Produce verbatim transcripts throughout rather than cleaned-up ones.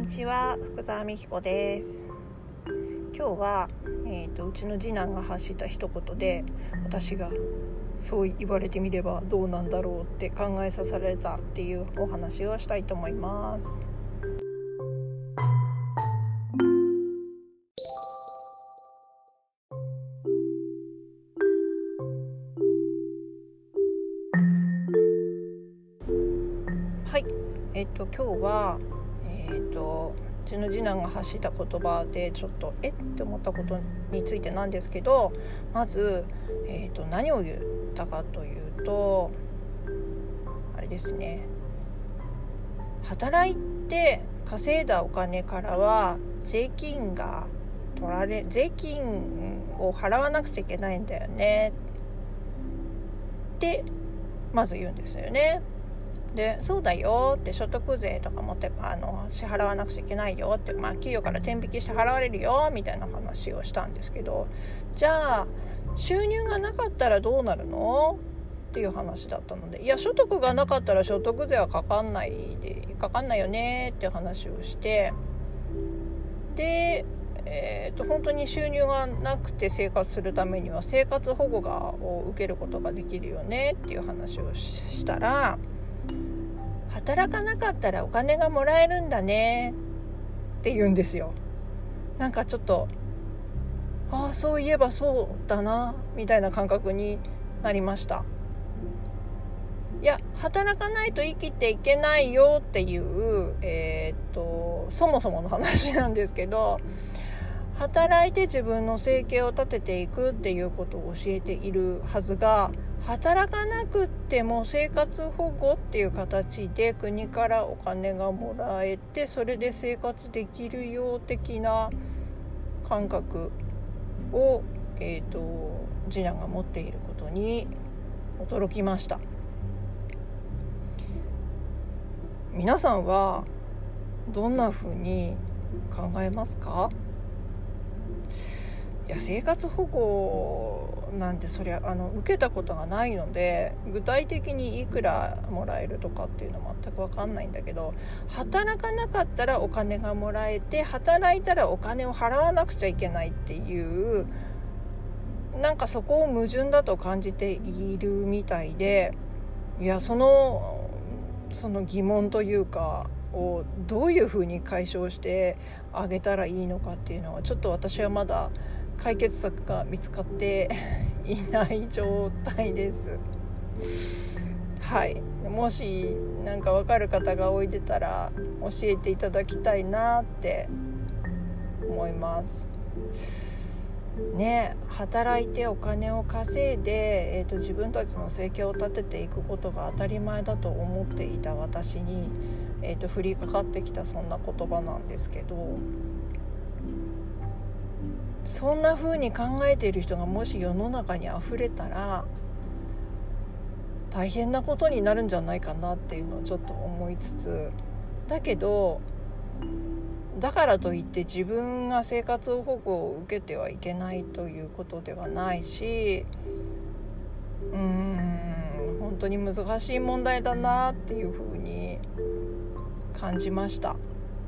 にちは、福澤美希子です。今日は、えーと、うちの次男が発した一言で、私がそう言われてみればどうなんだろうって考えさせられたっていうお話をしたいと思います。はい、えっ、ー、と今日はえっ、ー、とうちの次男が発した言葉でちょっとえって思ったことについてなんですけど、まず、えー、と何を言ったかというと、あれですね、働いて稼いだお金からは税金が取られ税金を払わなくちゃいけないんだよねってまず言うんですよね。で、そうだよって、所得税とかもってあの支払わなくちゃいけないよって、まあ、給与から天引きして払われるよみたいな話をしたんですけど、じゃあ収入がなかったらどうなるのっていう話だったので、いや所得がなかったら所得税はかかんないでかかんないよねっていう話をして、でえー、と本当に収入がなくて生活するためには生活保護がを受けることができるよねっていう話をしたら、働かなかったらお金がもらえるんだねって言うんですよ。なんかちょっとああそういえばそうだなみたいな感覚になりました。いや働かないと生きていけないよっていう、えー、っとそもそもの話なんですけど、働いて自分の生計を立てていくっていうことを教えているはずが、働かなくっても生活保護っていう形で国からお金がもらえて、それで生活できるよ的な感覚を、えーと、次男が持っていることに驚きました。皆さんはどんなふうに考えますか？いや生活保護なんてそりゃあの受けたことがないので、具体的にいくらもらえるとかっていうのは全く分かんないんだけど、働かなかったらお金がもらえて、働いたらお金を払わなくちゃいけないっていう、なんかそこを矛盾だと感じているみたいで、いやそのその疑問というかをどういうふうに解消してあげたらいいのかっていうのは、ちょっと私はまだ解決策が見つかっていない状態です。はい、もしなんか分かる方がおいでたら教えていただきたいなって思いますね。働いてお金を稼いで、えーと、自分たちの生計を立てていくことが当たり前だと思っていた私に、えーと、降りかかってきたそんな言葉なんですけど、そんな風に考えている人がもし世の中に溢れたら大変なことになるんじゃないかなっていうのをちょっと思いつつ、だけどだからといって自分が生活保護を受けてはいけないということではないし、うーん本当に難しい問題だなっていうふうに感じました。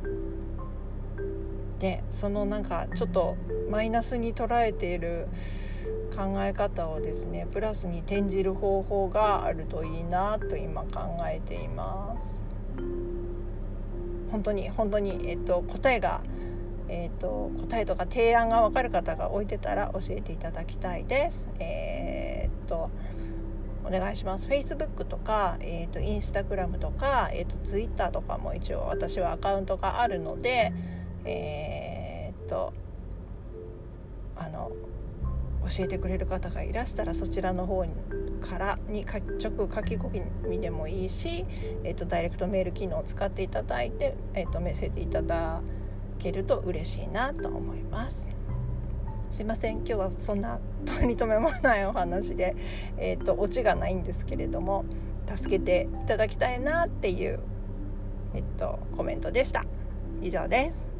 で、そのなんかちょっとマイナスに捉えている考え方をですね、プラスに転じる方法があるといいなと今考えています。本当に本当に、えっと、答えが、えっと、答えとか提案が分かる方がおいてたら教えていただきたいです。えー、っとお願いします。 Facebook とか、えー、っと Instagram とか、えー、っと Twitter とかも一応私はアカウントがあるので、えー、っとあの教えてくれる方がいらしたらそちらの方からに直書き込みでもいいし、えー、とダイレクトメール機能を使っていただいて、えー、とメッセージいただけると嬉しいなと思います。すいません、今日はそんな取り留めもないお話で、えー、とオチがないんですけれども、助けていただきたいなっていう、えー、とコメントでした。以上です。